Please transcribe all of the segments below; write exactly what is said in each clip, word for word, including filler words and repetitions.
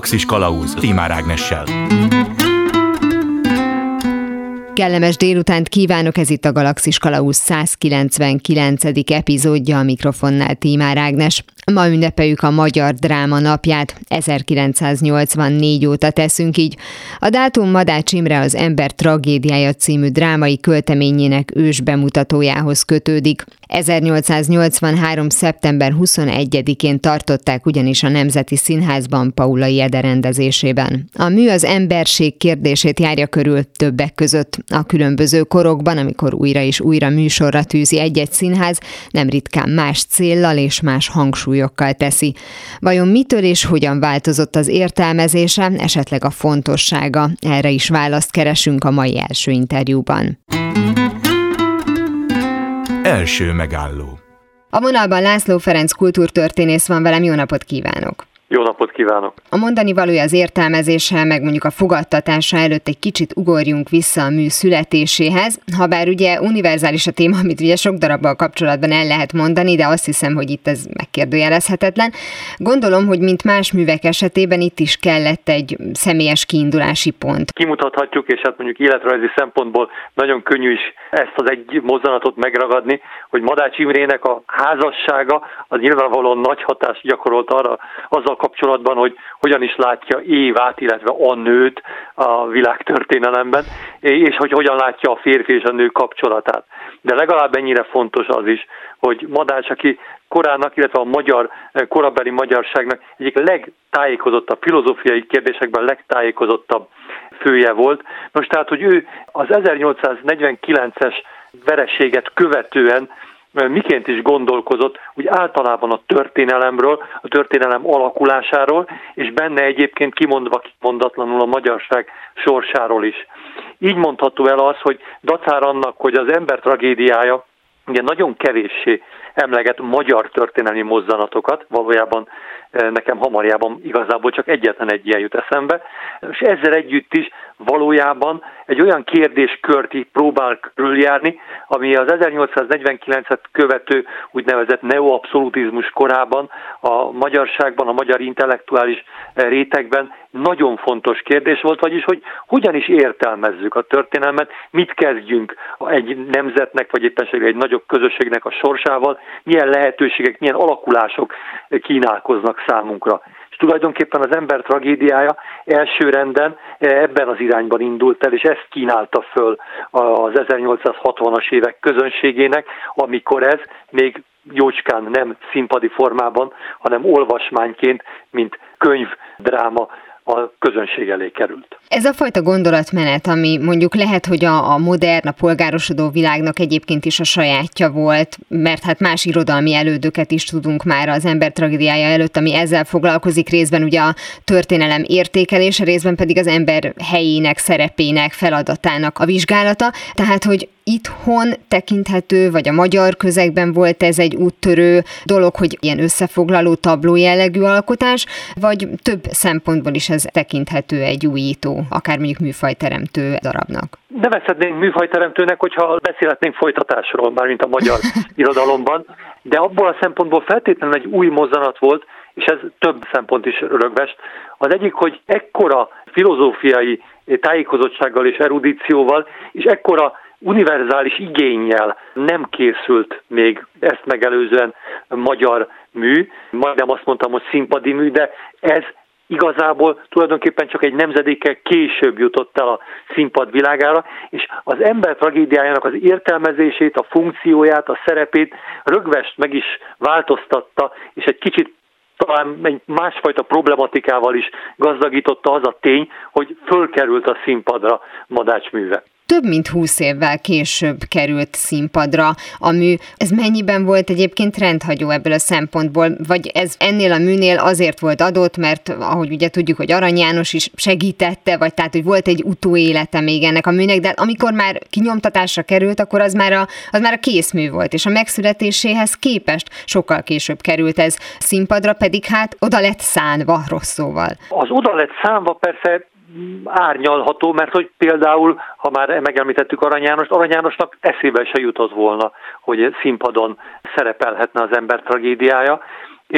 Galaxis Kalauz Tímár Ágnessel. Kellemes délutánt kívánok, ez itt a Galaxis Kalauz százkilencvenkilencedik epizódja, a mikrofonnál Tímár Ágnes. Ma ünnepeljük a Magyar Dráma Napját, ezerkilencszáznyolcvannégy óta teszünk így. A dátum Madács Imre Az ember tragédiája című drámai költeményének ős bemutatójához kötődik. ezernyolcszáznyolcvanhárom. szeptember huszonegyedikén tartották ugyanis a Nemzeti Színházban Paulay Ede rendezésében. A mű az emberség kérdését járja körül többek között. A különböző korokban, amikor újra és újra műsorra tűzi egy-egy színház, nem ritkán más céllal és más hangsúlyokkal teszi. Vajon mitől és hogyan változott az értelmezése, esetleg a fontossága? Erre is választ keresünk a mai első interjúban. Első megálló. A vonalban László Ferenc kultúrtörténész van velem, jó napot kívánok! Jó napot kívánok! A mondani valója az értelmezéssel, meg mondjuk a fogadtatása előtt egy kicsit ugorjunk vissza a mű születéséhez, habár ugye univerzális a téma, amit ugye sok darabbal kapcsolatban el lehet mondani, de azt hiszem, hogy itt ez megkérdőjelezhetetlen. Gondolom, hogy mint más művek esetében itt is kellett egy személyes kiindulási pont. Kimutathatjuk, és hát mondjuk életrajzi szempontból nagyon könnyű is ezt az egy mozzanatot megragadni, hogy Madács Imrének a házassága az nyilvánvalóan nagy hatást gyakorolt arra, azzal kapcsolatban, hogy hogyan is látja Évát, illetve a nőt a világtörténelemben, és hogy hogyan látja a férfi és a nő kapcsolatát. De legalább ennyire fontos az is, hogy Madács, aki korának, illetve a magyar, korabeli magyarságnak egyik legtájékozottabb, filozófiai kérdésekben legtájékozottabb fője volt. Most tehát, hogy ő az ezernyolcszáznegyvenkilences vereséget követően miként is gondolkozott, úgy általában a történelemről, a történelem alakulásáról, és benne egyébként kimondva kimondatlanul a magyarság sorsáról is. Így mondható el az, hogy dacár annak, hogy az ember tragédiája ugye nagyon kevéssé emleget magyar történelmi mozzanatokat, valójában nekem hamarjában igazából csak egyetlen egy ilyen jut eszembe, és ezzel együtt is valójában egy olyan kérdéskört így próbál körüljárni, ami az ezernyolcszáznegyvenkilencet követő úgynevezett neoabszolutizmus korában a magyarságban, a magyar intellektuális rétegben nagyon fontos kérdés volt, vagyis hogy hogyan is értelmezzük a történelmet, mit kezdjünk egy nemzetnek, vagy éppenséggel egy nagyobb közösségnek a sorsával, milyen lehetőségek, milyen alakulások kínálkoznak számunkra. És tulajdonképpen az ember tragédiája elsőrenden ebben az irányban indult el, és ezt kínálta föl az ezernyolcszázhatvanas évek közönségének, amikor ez még jócskán nem színpadi formában, hanem olvasmányként, mint könyv, dráma a közönség elé került. Ez a fajta gondolatmenet, ami mondjuk lehet, hogy a, a modern, a polgárosodó világnak egyébként is a sajátja volt, mert hát más irodalmi elődöket is tudunk már az ember tragédiája előtt, ami ezzel foglalkozik, részben ugye a történelem értékelése, részben pedig az ember helyének, szerepének, feladatának a vizsgálata. Tehát, hogy itthon tekinthető, vagy a magyar közegben volt ez egy úttörő dolog, hogy ilyen összefoglaló tabló jellegű alkotás, vagy több szempontból is ez tekinthető egy újító, akár mondjuk műfajteremtő darabnak? Nevezhetnénk műfajteremtőnek, hogyha beszélhetnénk folytatásról, mármint a magyar irodalomban, de abból a szempontból feltétlenül egy új mozzanat volt, és ez több szempont is rögvest. Az egyik, hogy ekkora filozófiai tájékozottsággal és erudícióval, és ekkora univerzális igénnyel nem készült még ezt megelőzően magyar mű, majdnem azt mondtam, hogy színpadi mű, de ez igazából tulajdonképpen csak egy nemzedékkel később jutott el a színpad világára, és az ember tragédiájának az értelmezését, a funkcióját, a szerepét rögvest meg is változtatta, és egy kicsit talán egy másfajta problematikával is gazdagította az a tény, hogy fölkerült a színpadra Madács műve. Több mint húsz évvel később került színpadra a mű. Ez mennyiben volt egyébként rendhagyó ebből a szempontból? Vagy ez ennél a műnél azért volt adott, mert ahogy ugye tudjuk, hogy Arany János is segítette, vagy tehát, hogy volt egy utóélete még ennek a műnek, de amikor már kinyomtatásra került, akkor az már a, az már a készmű volt, és a megszületéséhez képest sokkal később került ez színpadra, pedig hát oda lett szánva, rossz szóval. Az oda lett szánva persze árnyalható, mert hogy például, ha már megemlítettük Arany Jánost, Arany Jánosnak eszébe se jutott volna, hogy színpadon szerepelhetne az ember tragédiája, és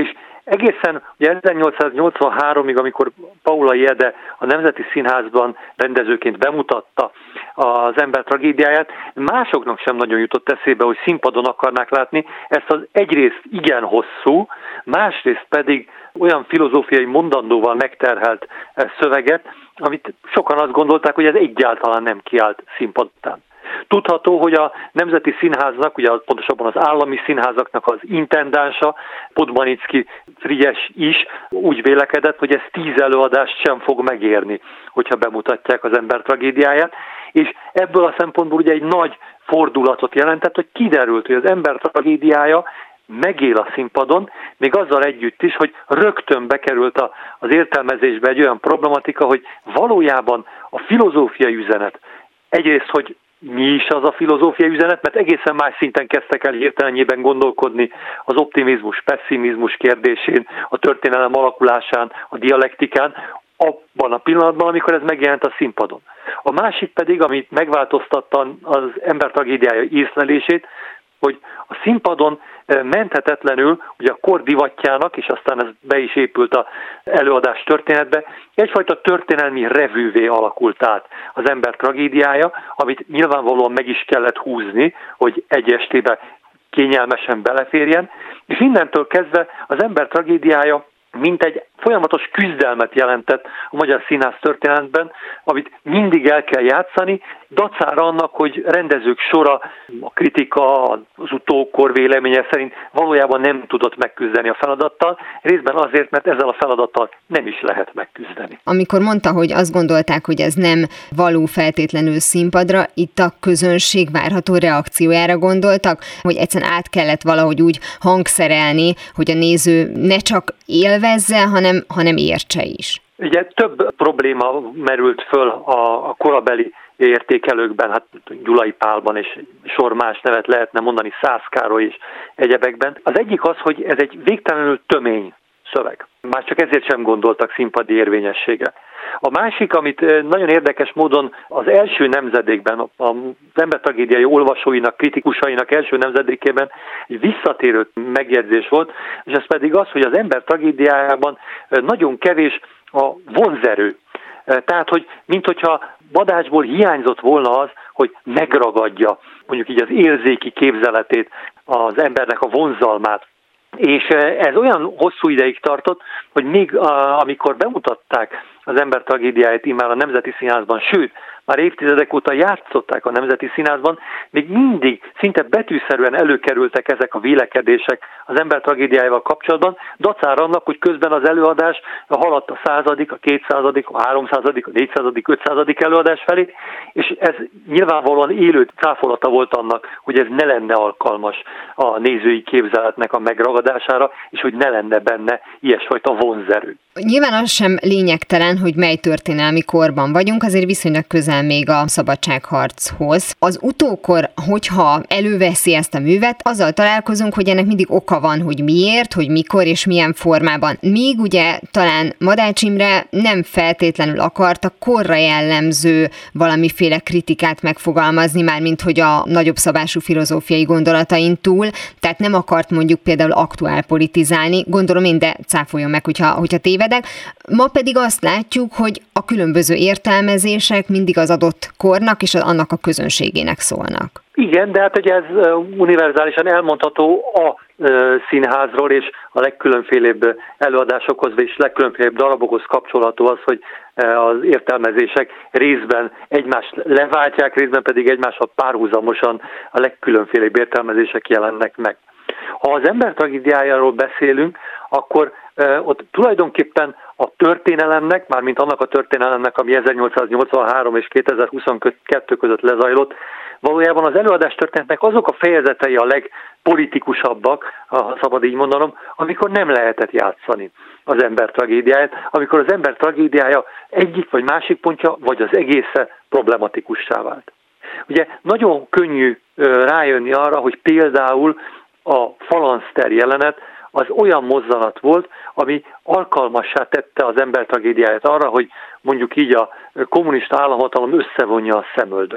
Egészen ugye ezernyolcszáznyolcvanháromig, amikor Paulay Ede a Nemzeti Színházban rendezőként bemutatta az ember tragédiáját, másoknak sem nagyon jutott eszébe, hogy színpadon akarnák látni ezt az egyrészt igen hosszú, másrészt pedig olyan filozófiai mondandóval megterhelt szöveget, amit sokan azt gondolták, hogy ez egyáltalán nem kiállt színpad után. Tudható, hogy a Nemzeti Színháznak, ugye pontosabban az állami színházaknak az intendánsa, Podmanicki Frigyes is úgy vélekedett, hogy ez tíz előadást sem fog megérni, hogyha bemutatják az ember tragédiáját, és ebből a szempontból ugye egy nagy fordulatot jelentett, hogy kiderült, hogy az ember tragédiája megél a színpadon, még azzal együtt is, hogy rögtön bekerült az értelmezésbe egy olyan problematika, hogy valójában a filozófiai üzenet egyrészt, hogy mi is az a filozófiai üzenet, mert egészen más szinten kezdtek el hirtelenjében gondolkodni az optimizmus, pessimizmus kérdésén, a történelem alakulásán, a dialektikán, abban a pillanatban, amikor ez megjelent a színpadon. A másik pedig, amit megváltoztatta az ember tragédiája észlelését, hogy a színpadon menthetetlenül, ugye a kor divatjának, és aztán ez be is épült az előadás történetbe, egyfajta történelmi revűvé alakult át az ember tragédiája, amit nyilvánvalóan meg is kellett húzni, hogy egy estébe kényelmesen beleférjen, és innentől kezdve az ember tragédiája mint egy folyamatos küzdelmet jelentett a magyar színház történetben, amit mindig el kell játszani, dacára annak, hogy rendezők sora, a kritika, az utókor véleménye szerint valójában nem tudott megküzdeni a feladattal, részben azért, mert ezzel a feladattal nem is lehet megküzdeni. Amikor mondta, hogy azt gondolták, hogy ez nem való feltétlenül színpadra, itt a közönség várható reakciójára gondoltak, hogy egyszerűen át kellett valahogy úgy hangszerelni, hogy a néző ne csak élvezze, hanem, hanem értse is. Ugye több probléma merült föl a, a korabeli értékelőkben, hát Gyulai Pálban és sor más nevet lehetne mondani, Szász Károly és egyebekben. Az egyik az, hogy ez egy végtelenül tömény szöveg. Már csak ezért sem gondoltak színpadi érvényességre. A másik, amit nagyon érdekes módon az első nemzedékben, az ember tragédiai olvasóinak, kritikusainak első nemzedékében egy visszatérő megjegyzés volt, és ez pedig az, hogy az ember tragédiájában nagyon kevés a vonzerő. Tehát, hogy minthogyha Badácsból hiányzott volna az, hogy megragadja mondjuk így az érzéki képzeletét, az embernek a vonzalmát. És ez olyan hosszú ideig tartott, hogy még amikor bemutatták az ember tragédiáját immár a Nemzeti Színházban, sőt, már évtizedek óta játszották a Nemzeti Színházban, még mindig szinte betűszerűen előkerültek ezek a vélekedések az ember tragédiájával kapcsolatban, dacára annak, hogy közben az előadás haladt a századik, a kétszázadik, a háromszázadik, a négyszázadik, ötszázadik előadás felé, és ez nyilvánvalóan élő cáfolata volt annak, hogy ez ne lenne alkalmas a nézői képzeletnek a megragadására, és hogy ne lenne benne ilyesfajta vonzerő. Nyilván az sem lényegtelen, hogy mely történelmi korban vagyunk, azért viszonylag közel még a szabadságharchoz. Az utókor, hogyha előveszi ezt a művet, azzal találkozunk, hogy ennek mindig oka van, hogy miért, hogy mikor és milyen formában. Míg ugye talán Madács Imre nem feltétlenül akart a korra jellemző valamiféle kritikát megfogalmazni, mármint hogy a nagyobb szabású filozófiai gondolatain túl, tehát nem akart mondjuk például aktuál politizálni, gondolom én, de cáfoljon meg, hogyha, hogyha tévedek. Ma pedig azt látjuk, hogy a különböző értelmezések mindig az adott kornak és annak a közönségének szólnak. Igen, de hát ugye ez univerzálisan elmondható a színházról, és a legkülönfélébb előadásokhoz és legkülönfélébb darabokhoz kapcsolható az, hogy az értelmezések részben egymást leváltják, részben pedig egymással párhuzamosan a legkülönfélébb értelmezések jelennek meg. Ha az ember tragédiájáról beszélünk, akkor ott tulajdonképpen a történelemnek, mármint annak a történelemnek, ami ezernyolcszáznyolcvanhárom és kétezer-huszonkettő között lezajlott, valójában az előadás történetnek azok a fejezetei a legpolitikusabbak, ha szabad így mondanom, amikor nem lehetett játszani az ember tragédiáját, amikor az ember tragédiája egyik vagy másik pontja, vagy az egésze problematikussá vált. Ugye nagyon könnyű rájönni arra, hogy például a falanszter jelenet az olyan mozzanat volt, ami alkalmassá tette az ember tragédiáját arra, hogy mondjuk így a kommunista államhatalom összevonja a szemöldökét.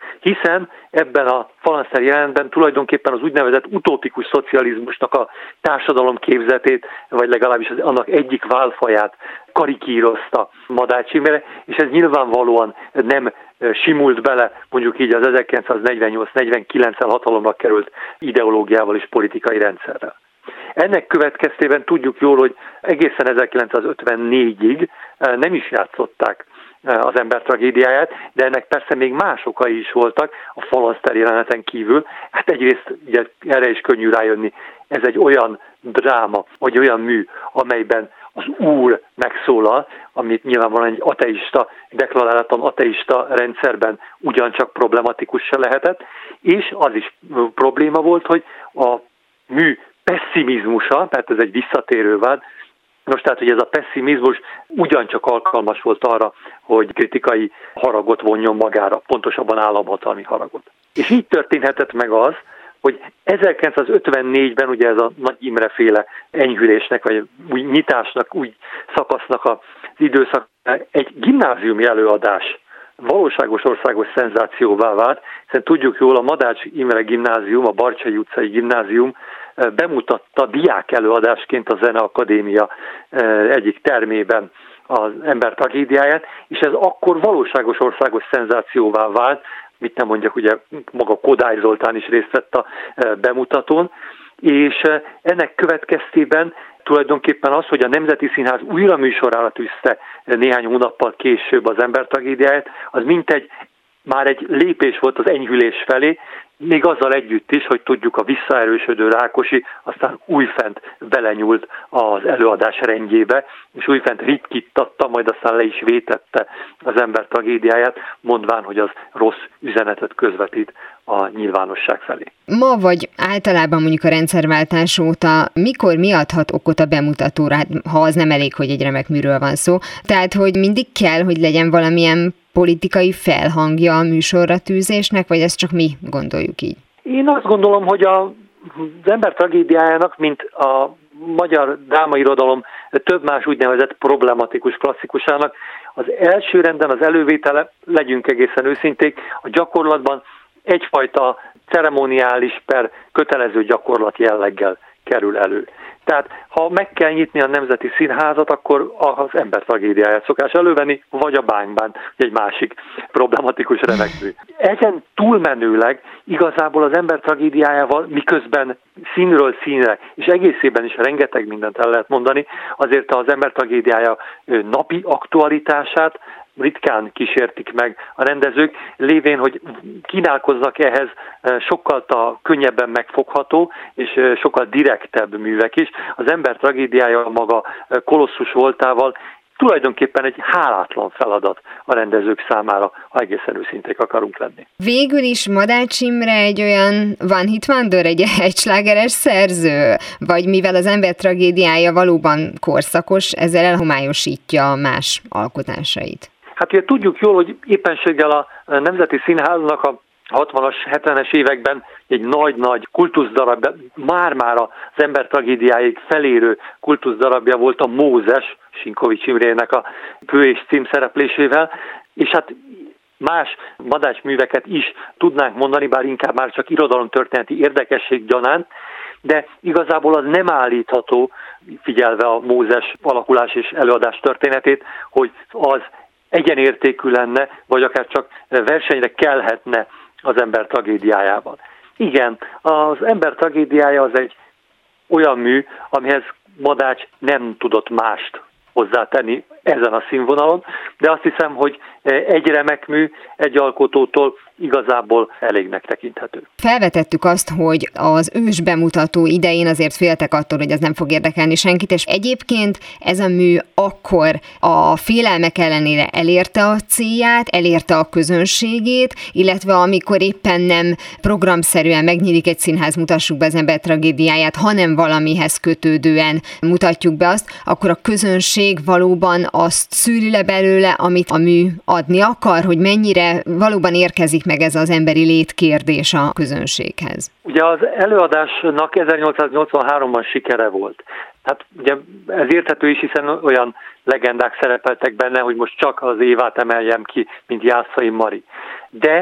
Hiszen ebben a Falanszter jelenetben tulajdonképpen az úgynevezett utópikus szocializmusnak a társadalomképzetét, vagy legalábbis az, annak egyik válfaját karikírozta Madács Imre, és ez nyilvánvalóan nem simult bele mondjuk így az ezerkilencszáznegyvennyolc negyvenkilencen hatalomra került ideológiával és politikai rendszerrel. Ennek következtében tudjuk jól, hogy egészen ezerkilencszázötvennégyig nem is játszották az ember tragédiáját, de ennek persze még más okai is voltak a Falanszter jeleneten kívül. Hát egyrészt ugye erre is könnyű rájönni, ez egy olyan dráma, vagy olyan mű, amelyben az Úr megszólal, amit nyilvánvalóan egy ateista, deklaráltan ateista rendszerben ugyancsak problematikus se lehetett, és az is probléma volt, hogy a mű pesszimizmusa, mert ez egy visszatérő vád, nos, tehát, hogy ez a pesszimizmus ugyancsak alkalmas volt arra, hogy kritikai haragot vonjon magára, pontosabban államhatalmi haragot. És így történhetett meg az, hogy ezerkilencszázötvennégyben ugye ez a Nagy Imre-féle enyhülésnek, vagy új nyitásnak, új szakasznak az időszak egy gimnáziumi előadás valóságos országos szenzációvá vált, hiszen tudjuk jól, a Madács Imre gimnázium, a Barcsay utcai gimnázium bemutatta diák előadásként a Zeneakadémia egyik termében az ember tragédiáját, és ez akkor valóságos országos szenzációvá vált, mit nem mondjak, ugye maga Kodály Zoltán is részt vett a bemutatón, és ennek következtében tulajdonképpen az, hogy a Nemzeti Színház újra műsorára tűzte néhány hónappal később az ember tragédiáját, az mintegy már egy lépés volt az enyhülés felé, még azzal együtt is, hogy tudjuk, a visszaerősödő Rákosi aztán újfent belenyúlt az előadás rendjébe, és újfent ritkítatta, majd aztán le is vétette az ember tragédiáját, mondván, hogy az rossz üzenetet közvetít a nyilvánosság felé. Ma vagy általában mondjuk a rendszerváltás óta mikor mi adhat okot a bemutatóra, hát, ha az nem elég, hogy egy remek műről van szó. Tehát, hogy mindig kell, hogy legyen valamilyen politikai felhangja a műsorra tűzésnek, vagy ezt csak mi gondoljuk így? Én azt gondolom, hogy a, az ember tragédiájának, mint a magyar drámairodalom több más úgynevezett problematikus klasszikusának, az első renden az elővétele, legyünk egészen őszinték, a gyakorlatban egyfajta ceremoniális per kötelező gyakorlat jelleggel kerül elő. Tehát ha meg kell nyitni a Nemzeti Színházat, akkor az ember tragédiáját szokás elővenni, vagy a Bángbán, egy másik problematikus remekmű. Ezen túlmenőleg igazából az ember tragédiájával, miközben színről színre, és egészében is rengeteg mindent el lehet mondani, azért az ember tragédiája napi aktualitását ritkán kísértik meg a rendezők, lévén, hogy kínálkoznak ehhez sokkal könnyebben megfogható és sokkal direktebb művek is. Az ember tragédiája maga kolosszus voltával tulajdonképpen egy hálátlan feladat a rendezők számára, ha egészen őszinték akarunk lenni. Végül is Madács Imre egy olyan one hit wonder, egy, egy slágeres szerző, vagy mivel az ember tragédiája valóban korszakos, ezzel elhomályosítja más alkotásait? Hát ugye tudjuk jól, hogy éppenséggel a Nemzeti Színháznak a hatvanas, hetvenes években egy nagy-nagy kultuszdarab, már-már az ember tragédiáig felérő kultuszdarabja volt a Mózes, Sinkovics Imrének a fő és címszereplésével, és hát más Madács műveket is tudnánk mondani, bár inkább már csak irodalomtörténeti érdekesség gyanánt, de igazából az nem állítható, figyelve a Mózes alakulás és előadás történetét, hogy az egyenértékű lenne, vagy akár csak versenyre kelhetne az ember tragédiájában. Igen, az ember tragédiája az egy olyan mű, amihez Madács nem tudott mást hozzátenni ezen a színvonalon, de azt hiszem, hogy egy remek mű egy alkotótól igazából elégnek tekinthető. Felvetettük azt, hogy az ős bemutató idején azért féltek attól, hogy ez nem fog érdekelni senkit, és egyébként ez a mű akkor a félelmek ellenére elérte a célját, elérte a közönségét, illetve amikor éppen nem programszerűen megnyílik egy színház, mutassuk be az ember tragédiáját, hanem valamihez kötődően mutatjuk be azt, akkor a közönség valóban azt szűri le belőle, amit a mű adni akar, hogy mennyire valóban érkezik meg ez az emberi létkérdés a közönséghez. Ugye az előadásnak ezernyolcszáznyolcvanháromban sikere volt. Hát ugye ez érthető is, hiszen olyan legendák szerepeltek benne, hogy most csak az Évát emeljem ki, mint Jászai Mari. De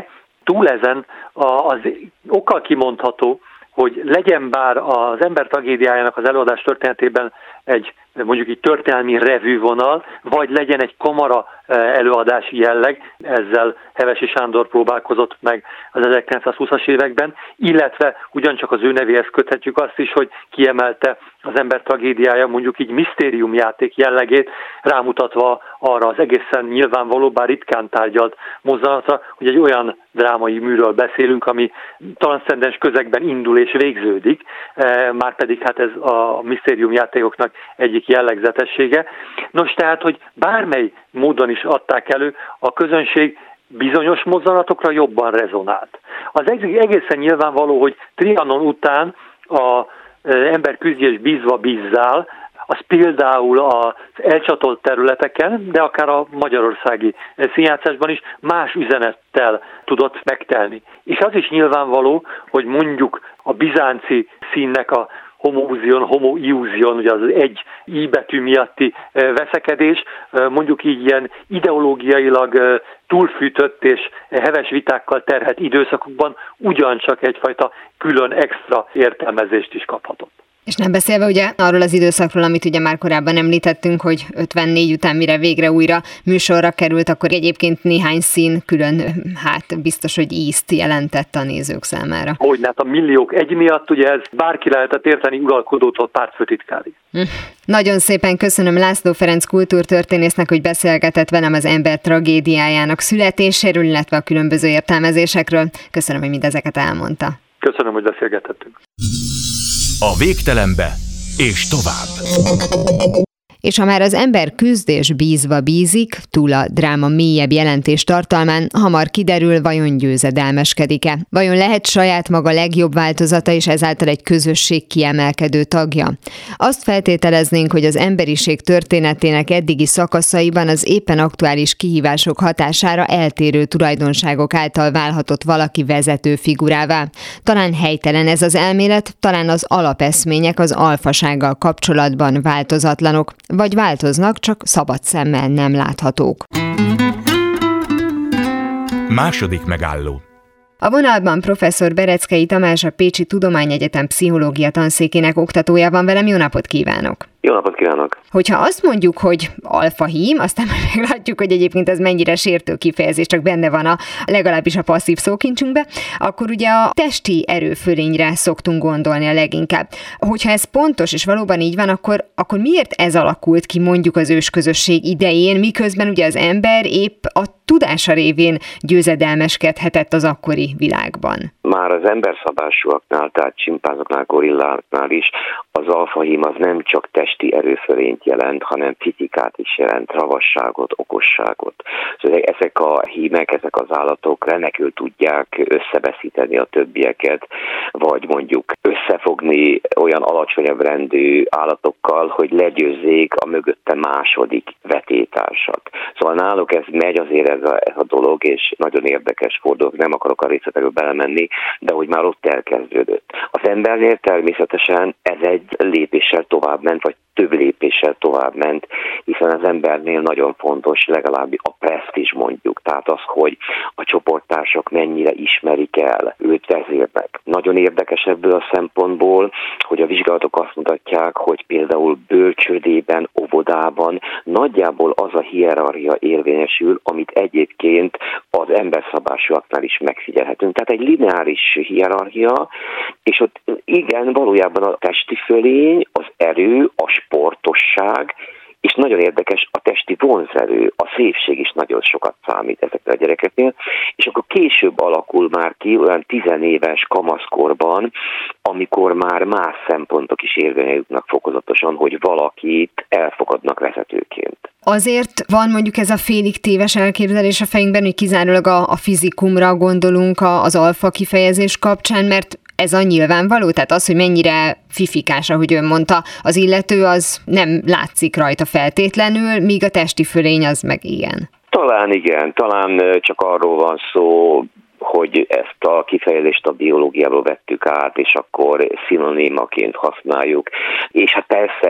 túl ezen az okkal kimondható, hogy legyen bár az ember tragédiájának az előadás történetében egy mondjuk így történelmi revűvonal, vagy legyen egy kamara előadási jelleg, ezzel Hevesi Sándor próbálkozott meg az ezerkilencszázhúszas években, illetve ugyancsak az ő nevéhez köthetjük azt is, hogy kiemelte az ember tragédiája mondjuk így misztériumjáték jellegét, rámutatva arra az egészen nyilvánvaló, bár ritkán tárgyalt mozzanatra, hogy egy olyan drámai műről beszélünk, ami transzcendens közegben indul és végződik, már pedig hát ez a misztériumjátékoknak egyik jellegzetessége. Nos, tehát, hogy bármely módon is adták elő, a közönség bizonyos mozzanatokra jobban rezonált. Az egészen nyilvánvaló, hogy Trianon után az ember küzdj és bízva bízzál, az például az elcsatolt területeken, de akár a magyarországi színjátszásban is más üzenettel tudott megtelni. És az is nyilvánvaló, hogy mondjuk a bizánci színnek a homózion, homoiúzion, ugye az egy i betű miatti veszekedés, mondjuk így ilyen ideológiailag túlfűtött és heves vitákkal terhelt időszakokban ugyancsak egyfajta külön extra értelmezést is kaphatott. És nem beszélve ugye arról az időszakról, amit ugye már korábban említettünk, hogy ötvennégy után mire végre újra műsorra került, akkor egyébként néhány szín külön, hát biztos, hogy ízt jelentett a nézők számára. Hogy hát a milliók egy miatt, ugye ez bárki lehetett érteni uralkodótól pártfőtitkárig. Hm. Nagyon szépen köszönöm László Ferenc kultúrtörténésznek, hogy beszélgetett velem az ember tragédiájának születéséről, illetve a különböző értelmezésekről. Köszönöm, hogy mindezeket elmondta. Köszönöm, hogy beszélgetettünk. A végtelenbe és tovább. És ha már az ember küzd és bízva bízik, túl a dráma mélyebb jelentés tartalmán, hamar kiderül, vajon győzedelmeskedik-e. Vajon lehet saját maga legjobb változata és ezáltal egy közösség kiemelkedő tagja. Azt feltételeznénk, hogy az emberiség történetének eddigi szakaszaiban az éppen aktuális kihívások hatására eltérő tulajdonságok által válhatott valaki vezető figurává. Talán helytelen ez az elmélet, talán az alapeszmények az alfasággal kapcsolatban változatlanok, vagy változnak, csak szabad szemmel nem láthatók. Második megálló. A vonalban professzor Bereckei Tamás, a Pécsi Tudományegyetem pszichológia tanszékének oktatója van velem. Jó napot kívánok! Jó napot kívánok! Hogyha azt mondjuk, hogy alfahím, aztán meglátjuk, hogy egyébként ez mennyire sértő kifejezés, csak benne van a legalábbis a passzív szókincsünkbe, akkor ugye a testi erőfölényre szoktunk gondolni a leginkább. Hogyha ez pontos és valóban így van, akkor, akkor miért ez alakult ki mondjuk az ősközösség idején, miközben ugye az ember épp a tudása révén győzedelmeskedhetett az akkori világban? Már az emberszabásúaknál, tehát csimpánzoknál, gorilláknál is az alfahím az nem csak testi erőfölényt jelent, hanem fizikát is jelent, ravasságot, okosságot. Szóval ezek a hímek, ezek az állatok remekül tudják összebeszíteni a többieket, vagy mondjuk összefogni olyan alacsonyabb rendű állatokkal, hogy legyőzzék a mögötte második vetétársat. Szóval náluk ez megy azért ez a, ez a dolog, és nagyon érdekes fordulók, nem akarok a részletekbe belemenni, de hogy már ott elkezdődött. Az embernél természetesen ez egy lépéssel tovább ment, vagy több lépéssel tovább ment, hiszen az embernél nagyon fontos legalább a presztízs mondjuk, tehát az, hogy a csoporttársak mennyire ismerik el őt vezérnek. Nagyon érdekes ebből a szempontból, hogy a vizsgálatok azt mutatják, hogy például bölcsődében, óvodában nagyjából az a hierarchia érvényesül, amit egyébként az emberszabásúaknál is megfigyelhetünk. Tehát egy lineáris hierarchia, és ott igen, valójában a testi fölény, az erő, a sportosság, és nagyon érdekes a testi vonzerő, a szépség is nagyon sokat számít ezekre a gyerekeknél, és akkor később alakul már ki, olyan tizenéves kamaszkorban, amikor már más szempontok is érvényesülnek fokozatosan, hogy valakit elfogadnak vezetőként. Azért van mondjuk ez a félig téves elképzelés a fejünkben, hogy kizárólag a, a fizikumra gondolunk az alfa kifejezés kapcsán, mert ez a nyilvánvaló? Tehát az, hogy mennyire fifikás, ahogy ön mondta, az illető, az nem látszik rajta feltétlenül, míg a testi fölény az meg igen. Talán igen, talán csak arról van szó, hogy ezt a kifejezést a biológiából vettük át, és akkor szinonimaként használjuk. És hát persze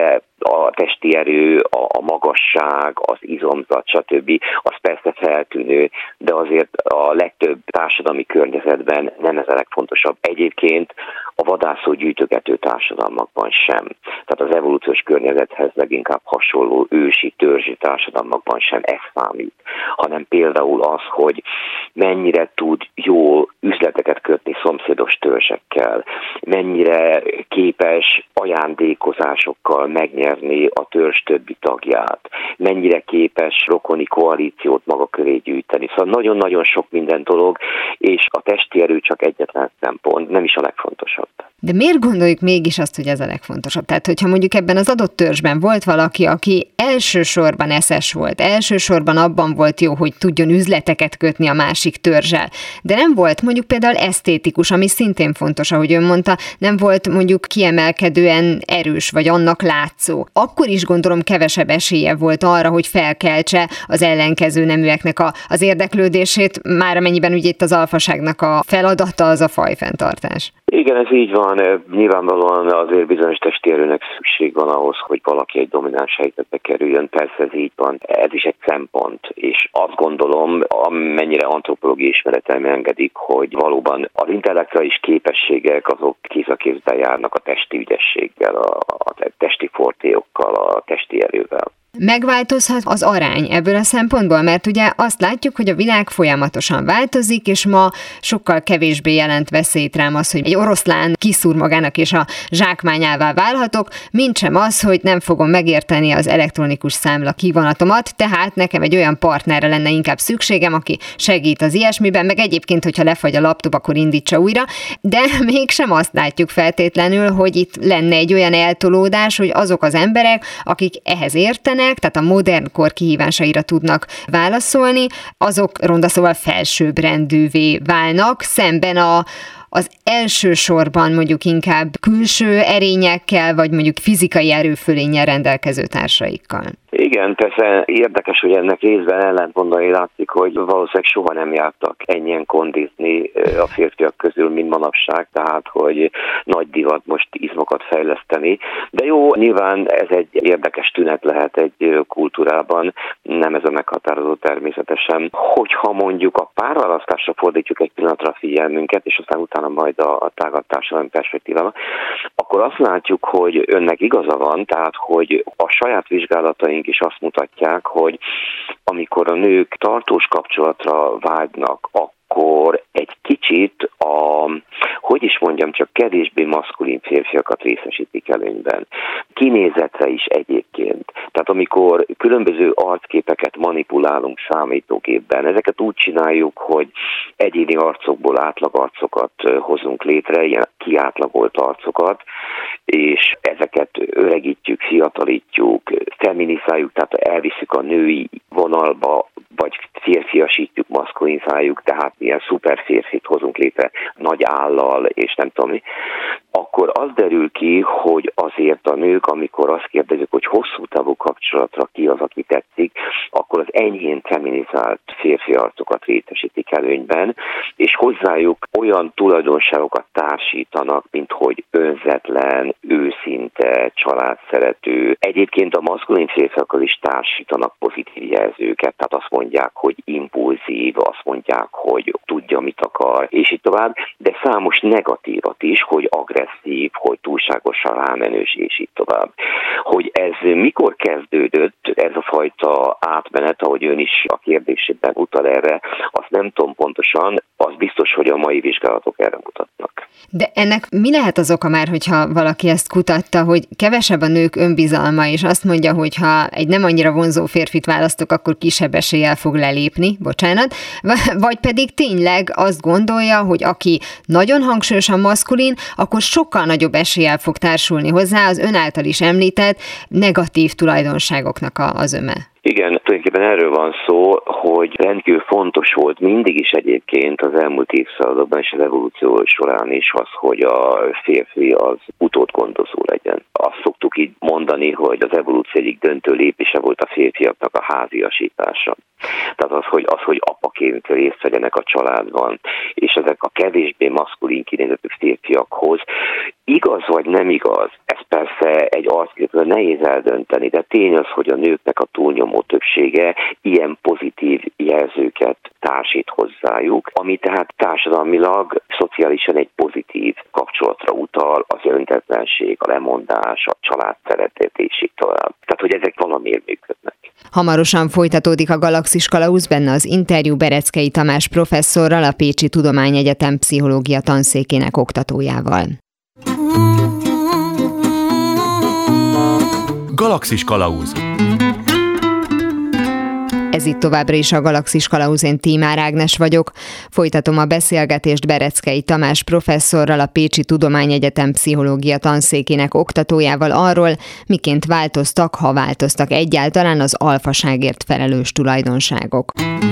a testi erő, a, a magasság, az izomzat, stb. Az persze feltűnő, de azért a legtöbb társadalmi környezetben nem ez a legfontosabb. Egyébként a vadászó-gyűjtögető társadalmakban sem. Tehát az evolúciós környezethez leginkább hasonló ősi, törzsi társadalmakban sem ez számít, hanem például az, hogy mennyire tud jó üzleteket kötni szomszédos törzsekkel, mennyire képes ajándékozásokkal megnyerni a törzs többi tagját, mennyire képes rokoni koalíciót maga köré gyűjteni. Szóval nagyon-nagyon sok minden dolog, és a testi erő csak egyetlen szempont, nem is a legfontosabb. De miért gondoljuk mégis azt, hogy ez a legfontosabb? Tehát, hogyha mondjuk ebben az adott törzsben volt valaki, aki elsősorban eszes volt, elsősorban abban volt jó, hogy tudjon üzleteket kötni a másik törzsel, de nem volt mondjuk például esztétikus, ami szintén fontos, ahogy ön mondta, nem volt mondjuk kiemelkedően erős, vagy annak látszó. Akkor is gondolom kevesebb esélye volt arra, hogy felkeltse az ellenkező neműeknek a, az érdeklődését, már amennyiben ugye itt az alfaságnak a feladata az a fajfenntartás. Igen, ez így van. Nyilvánvalóan azért bizonyos testi erőnek szükség van ahhoz, hogy valaki egy domináns helyzetbe kerüljön. Persze ez így van. Ez is egy szempont, és azt gondolom, amennyire antropológiai ismeretem engedik, hogy valóban az intellektuális képességek azok kéz a kézben járnak a testi ügyességgel, a, a testi fortéokkal, a testi erővel. Megváltozhat az arány ebből a szempontból, mert ugye azt látjuk, hogy a világ folyamatosan változik, és ma sokkal kevésbé jelent veszélyt rám az, hogy egy oroszlán kiszúr magának és a zsákmányává válhatok, mintsem az, hogy nem fogom megérteni az elektronikus számla kivonatomat, tehát nekem egy olyan partnerre lenne inkább szükségem, aki segít az ilyesmiben, meg egyébként, hogyha lefagy a laptop, akkor indítsa újra, de mégsem azt látjuk feltétlenül, hogy itt lenne egy olyan eltolódás, hogy azok az emberek, akik ehhez értenek, tehát a modern kor kihívásaira tudnak válaszolni, azok ronda szóval felsőbbrendűvé válnak, szemben a az elsősorban mondjuk inkább külső erényekkel, vagy mondjuk fizikai erőfölénnyel rendelkező társaikkal. Igen, persze érdekes, hogy ennek részben ellentmondani látszik, hogy valószínűleg soha nem jártak ennyien kondizni a férfiak közül, mint manapság, tehát hogy nagy divat most izmokat fejleszteni. De jó, nyilván ez egy érdekes tünet lehet egy kultúrában, nem ez a meghatározó természetesen. Hogyha mondjuk a párválasztásra fordítjuk egy pillanatra a figyelmünket, és aztán utána majd a, a tágabb társadalmi perspektívába, akkor azt látjuk, hogy önnek igaza van, tehát hogy a saját vizsgálataink is azt mutatják, hogy amikor a nők tartós kapcsolatra vágynak, akkor egy kicsit a, hogy is mondjam, csak kevésbé maszkulin férfiakat részesítik előnyben. Kinézetre is egyébként. Tehát amikor különböző arcképeket manipulálunk számítógépben, ezeket úgy csináljuk, hogy egyéni arcokból átlagarcokat hozunk létre, ilyen kiátlagolt arcokat, és ezeket öregítjük, fiatalítjuk, feminizáljuk, tehát elviszük a női vonalba, vagy férfiasítjuk, maszkulinizáljuk, tehát ilyen szuper férfit hozunk létre nagy állal, és nem tudom mi, akkor az derül ki, hogy azért a nők, amikor azt kérdezik, hogy hosszú távú kapcsolatra ki az, aki tetszik, akkor az enyhén feminizált férfi arcokat részesítik előnyben, és hozzájuk olyan tulajdonságokat társítanak, mint hogy önzetlen, őszinte, családszerető. Egyébként a maszkulin férfiakkal is társítanak pozitív jelzőket, tehát azt mondják, hogy impulzív, azt mondják, hogy tudja, mit akar, és így tovább, de számos negatívat is, hogy agresszív, hogy túlságosan rámenős, és így tovább. Hogy ez mikor kezdődött, ez a fajta átmenet, ahogy ön is a kérdésében utal erre, azt nem tudom pontosan, az biztos, hogy a mai vizsgálatok erre mutatnak. De ennek mi lehet az oka már, hogyha valaki ezt kutatta, hogy kevesebb a nők önbizalma, és azt mondja, hogy ha egy nem annyira vonzó férfit választok, akkor kisebb eséllyel fog lelépni, bocsánat, vagy pedig tényleg azt gondolja, hogy aki nagyon hangsúlyosan maszkulin, akkor sokkal nagyobb eséllyel fog társulni hozzá az ön által is említett negatív tulajdonságoknak az öme. Igen, tulajdonképpen erről van szó, hogy rendkívül fontos volt mindig is egyébként az elmúlt évszázadokban és az evolúció során is az, hogy a férfi az utódgondozó legyen. Azt szoktuk így mondani, hogy az evolúció egyik döntő lépése volt a férfiaknak a háziasítása. Tehát az, hogy, az, hogy apaként részt vegyenek a családban, és ezek a kevésbé maszkulin kinézetű férfiakhoz Igaz vagy nem igaz, ez persze egy arcképről nehéz eldönteni, de tény az, hogy a nőknek a túlnyomó többsége ilyen pozitív jelzőket társít hozzájuk, ami tehát társadalmilag, szociálisan egy pozitív kapcsolatra utal, az öntetlenség, a lemondás, a család szeretet és így tovább. Tehát, hogy ezek valamiért működnek. Hamarosan folytatódik a Galaxis Kalausz, benne az interjú Bereckei Tamás professzorral, a Pécsi Tudományegyetem pszichológia tanszékének oktatójával. Galaxis Kalauz. Ez itt továbbra is a Galaxis Kalauz, én Tímár Ágnes vagyok. Folytatom a beszélgetést Bereckei Tamás professzorral, a Pécsi Tudományegyetem pszichológia tanszékének oktatójával arról, miként változtak, ha változtak egyáltalán az alfaságért felelős tulajdonságok.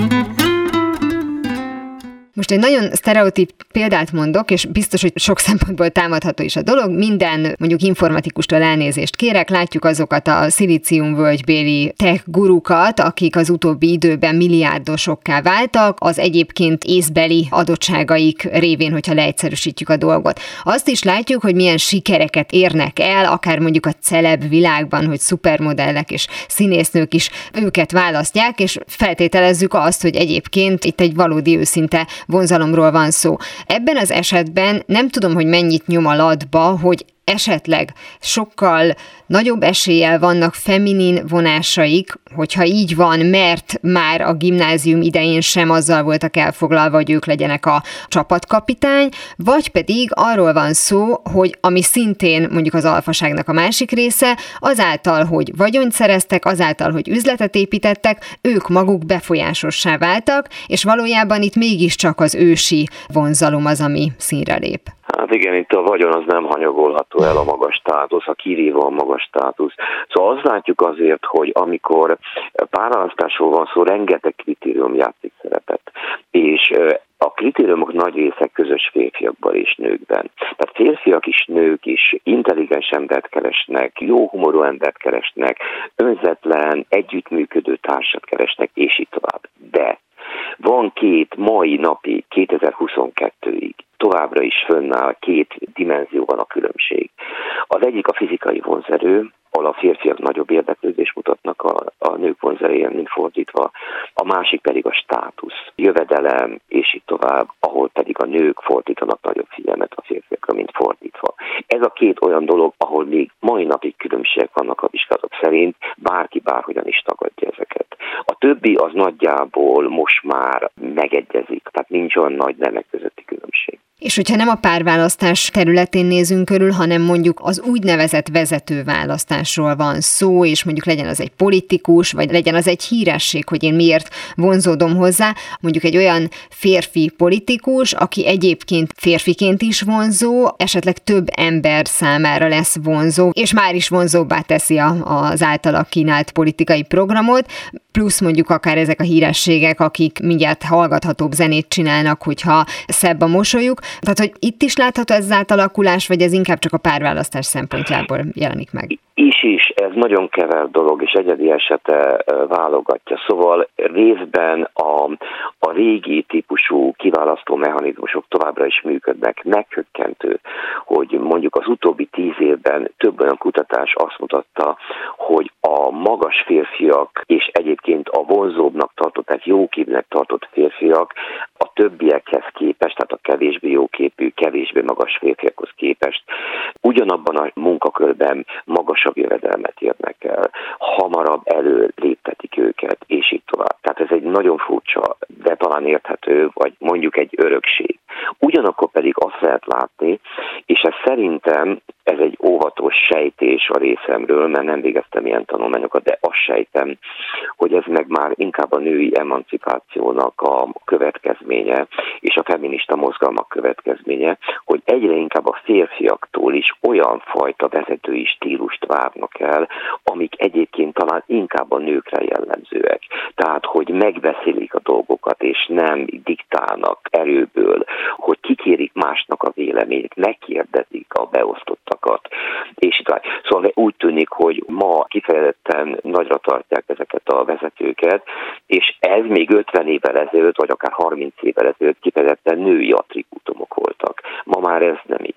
Most egy nagyon sztereotíp példát mondok, és biztos, hogy sok szempontból támadható is a dolog. Minden mondjuk informatikustól elnézést kérek, látjuk azokat a szilíciumvölgybéli tech gurukat, akik az utóbbi időben milliárdosokká váltak, az egyébként észbeli adottságaik révén, hogyha leegyszerűsítjük a dolgot. Azt is látjuk, hogy milyen sikereket érnek el, akár mondjuk a celeb világban, hogy szupermodellek és színésznők is őket választják, és feltételezzük azt, hogy egyébként itt egy valódi őszinte vonzalomról van szó. Ebben az esetben nem tudom, hogy mennyit nyom a latba, hogy esetleg sokkal nagyobb eséllyel vannak feminin vonásaik, hogyha így van, mert már a gimnázium idején sem azzal voltak elfoglalva, hogy ők legyenek a csapatkapitány, vagy pedig arról van szó, hogy ami szintén mondjuk az alfaságnak a másik része, azáltal, hogy vagyont szereztek, azáltal, hogy üzletet építettek, ők maguk befolyásossá váltak, és valójában itt mégiscsak az ősi vonzalom az, ami színre lép. Hát igen, itt a vagyon az nem hanyagolható el, a magas státusz, a kirívó a magas státusz. Szóval azt látjuk azért, hogy amikor párválasztásról van szó, rengeteg kritérium játszik szerepet. És a kritériumok nagy része közös férfiakban és nőkben. Tehát férfiak is, nők is intelligens embert keresnek, jó humorú embert keresnek, önzetlen, együttműködő társat keresnek, és így tovább. De van két mai napi kétezer-huszonkettőig továbbra is fönnáll, két dimenzióban a különbség. Az egyik a fizikai vonzerő, ahol a férfiak nagyobb érdeklődést mutatnak a, a nők vonzerején, mint fordítva, a másik pedig a státusz, jövedelem, és így tovább, ahol pedig a nők fordítanak nagyobb figyelmet a férfiakra, mint fordítva. Ez a két olyan dolog, ahol még mai napig különbségek vannak a vizsgálatok szerint, bárki bárhogyan is tagadja ezeket. A többi az nagyjából most már megegyezik, tehát nincs olyan nagy nemek közötti különbség. És hogyha nem a párválasztás területén nézünk körül, hanem mondjuk az úgynevezett vezetőválasztásról van szó, és mondjuk legyen az egy politikus, vagy legyen az egy híresség, hogy én miért vonzódom hozzá, mondjuk egy olyan férfi politikus, aki egyébként férfiként is vonzó, esetleg több ember számára lesz vonzó, és már is vonzóbbá teszi a, az általa kínált politikai programot, plusz mondjuk akár ezek a hírességek, akik mindjárt hallgathatóbb zenét csinálnak, hogyha szebb a mosolyuk. Tehát, hogy itt is látható ez az átalakulás, vagy ez inkább csak a párválasztás szempontjából jelenik meg? Is is, ez nagyon kever dolog, és egyedi esete válogatja. Szóval részben a, a régi típusú kiválasztó mechanizmusok továbbra is működnek. Meghökkentő, hogy mondjuk az utóbbi tíz évben több olyan kutatás azt mutatta, hogy a magas férfiak és egyébként a vonzóbbnak tartott, tehát jóképűnek tartott férfiak a többiekhez képest, tehát a kevésbé jóképű, kevésbé magas férfiakhoz képest ugyanabban a munkakörben magasabb jövedelmet érnek el, hamarabb előléptetik őket, és így tovább. Tehát ez egy nagyon furcsa, de talán érthető, vagy mondjuk egy örökség. Ugyanakkor pedig azt lehet látni, és ez szerintem ez egy óvatos sejtés a részemről, mert nem végeztem ilyen tanulmányokat, de azt sejtem, hogy ez meg már inkább a női emancipációnak a következménye, és a feminista mozgalmak következménye, hogy egyre inkább a férfiaktól is olyan fajta vezetői stílust várnak el, amik egyébként talán inkább a nőkre jellemzőek. Tehát, hogy megbeszélik a dolgokat, és nem diktálnak erőből, hogy kikérik másnak a véleményét, megkérdezik a beosztottakat, és itt szóval úgy tűnik, hogy ma kifejezetten nagyra tartják ezeket a vezetőket, és ez még ötven évvel ezelőtt, vagy akár harminc évvel ezelőtt kifejezetten női attribútumok voltak. Ma már ez nem így van.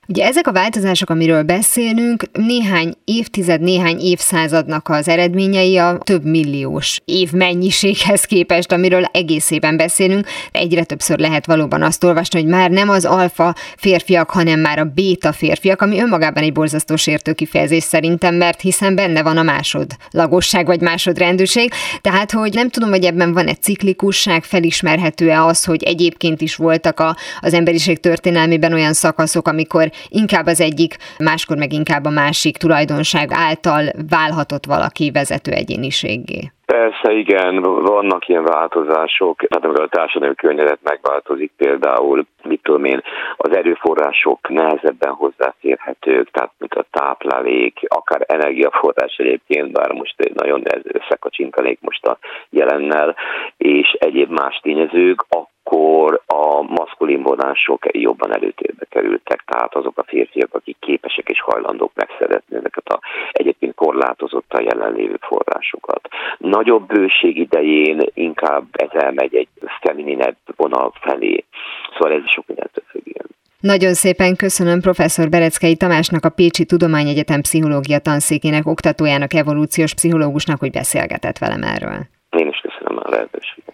Ugye ezek a változások, amiről beszélünk, néhány évtized, néhány évszázadnak az eredményei a több milliós évmennyiséghez képest, amiről egészében beszélünk. Egyre többször lehet valóban azt olvasni, hogy már nem az alfa férfiak, hanem már a béta férfiak, ami önmagában egy borzasztó sértő kifejezés szerintem, mert hiszen benne van a másodlagosság vagy másodrendűség. Tehát, hogy nem tudom, hogy ebben van egy ciklikusság, felismerhető-e az, hogy egyébként is voltak a, az emberiség történelmében olyan szakaszok, amikor inkább az egyik, máskor meg inkább a másik tulajdonság által válhatott valaki vezető egyéniséggé. Persze, igen, vannak ilyen változások, hát amikor a társadalmi környezet megváltozik, például, mit tudom én, az erőforrások nehezebben hozzáférhetők, tehát mint a táplálék, akár energiaforrás egyébként, bár most nagyon összekacsintanék most a jelennel, és egyéb más tényezők, akkor a maszkulin vonások jobban előtérbe kerültek, tehát azok a férfiak, akik képesek és hajlandók megszeretni ezeket a egyébként korlátozottan jelenlévő forrásokat. Nagyobb bőség idején inkább ez elmegy egy femininebb vonal felé, szóval ez sok mindentől függ. Nagyon szépen köszönöm professzor Bereckei Tamásnak, a Pécsi Tudományegyetem pszichológia tanszékének oktatójának, evolúciós pszichológusnak, hogy beszélgetett velem erről. Én is köszönöm a lehetőséget.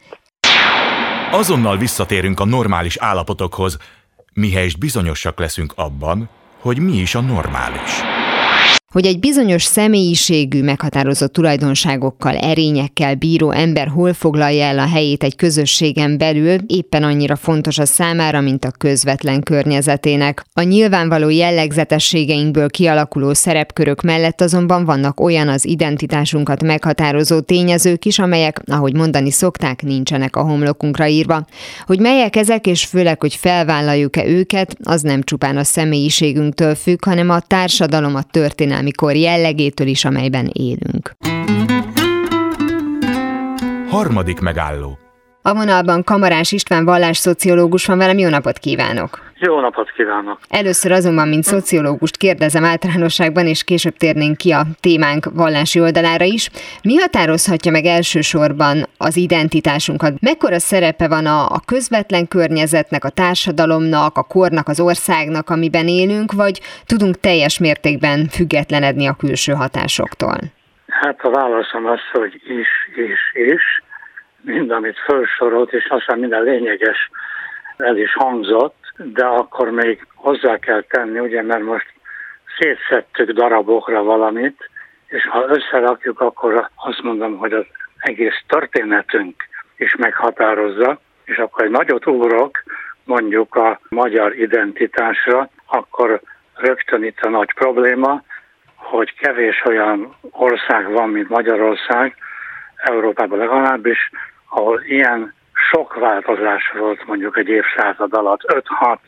Azonnal visszatérünk a normális állapotokhoz, mihelyest bizonyosak leszünk abban, hogy mi is a normális. Hogy egy bizonyos személyiségű, meghatározott tulajdonságokkal, erényekkel bíró ember hol foglalja el a helyét egy közösségen belül, éppen annyira fontos a számára, mint a közvetlen környezetének. A nyilvánvaló jellegzetességeinkből kialakuló szerepkörök mellett azonban vannak olyan az identitásunkat meghatározó tényezők is, amelyek, ahogy mondani szokták, nincsenek a homlokunkra írva. Hogy melyek ezek, és főleg, hogy felvállaljuk-e őket, az nem csupán a személyiségünktől függ, hanem a társadalom, a történelmi kor jellegétől is, amelyben élünk. Harmadik megálló. A vonalban Kamarás István vallásszociológus van velem, jó napot kívánok! Jó napot kívánok! Először azonban, mint szociológust kérdezem általánosságban, és később térnénk ki a témánk vallási oldalára is. Mi határozhatja meg elsősorban az identitásunkat? Mekkora szerepe van a, a közvetlen környezetnek, a társadalomnak, a kornak, az országnak, amiben élünk, vagy tudunk teljes mértékben függetlenedni a külső hatásoktól? Hát a válaszom az, hogy is, és, és. Mind, amit felsorolt, és aztán minden lényeges el is hangzott, de akkor még hozzá kell tenni, ugye, mert most szétszettük darabokra valamit, és ha összerakjuk, akkor azt mondom, hogy az egész történetünk is meghatározza, és akkor egy nagyot ugrok mondjuk a magyar identitásra, akkor rögtön itt a nagy probléma, hogy kevés olyan ország van, mint Magyarország, Európában legalábbis, ahol ilyen sok változás volt mondjuk egy évszázad alatt, öt-hat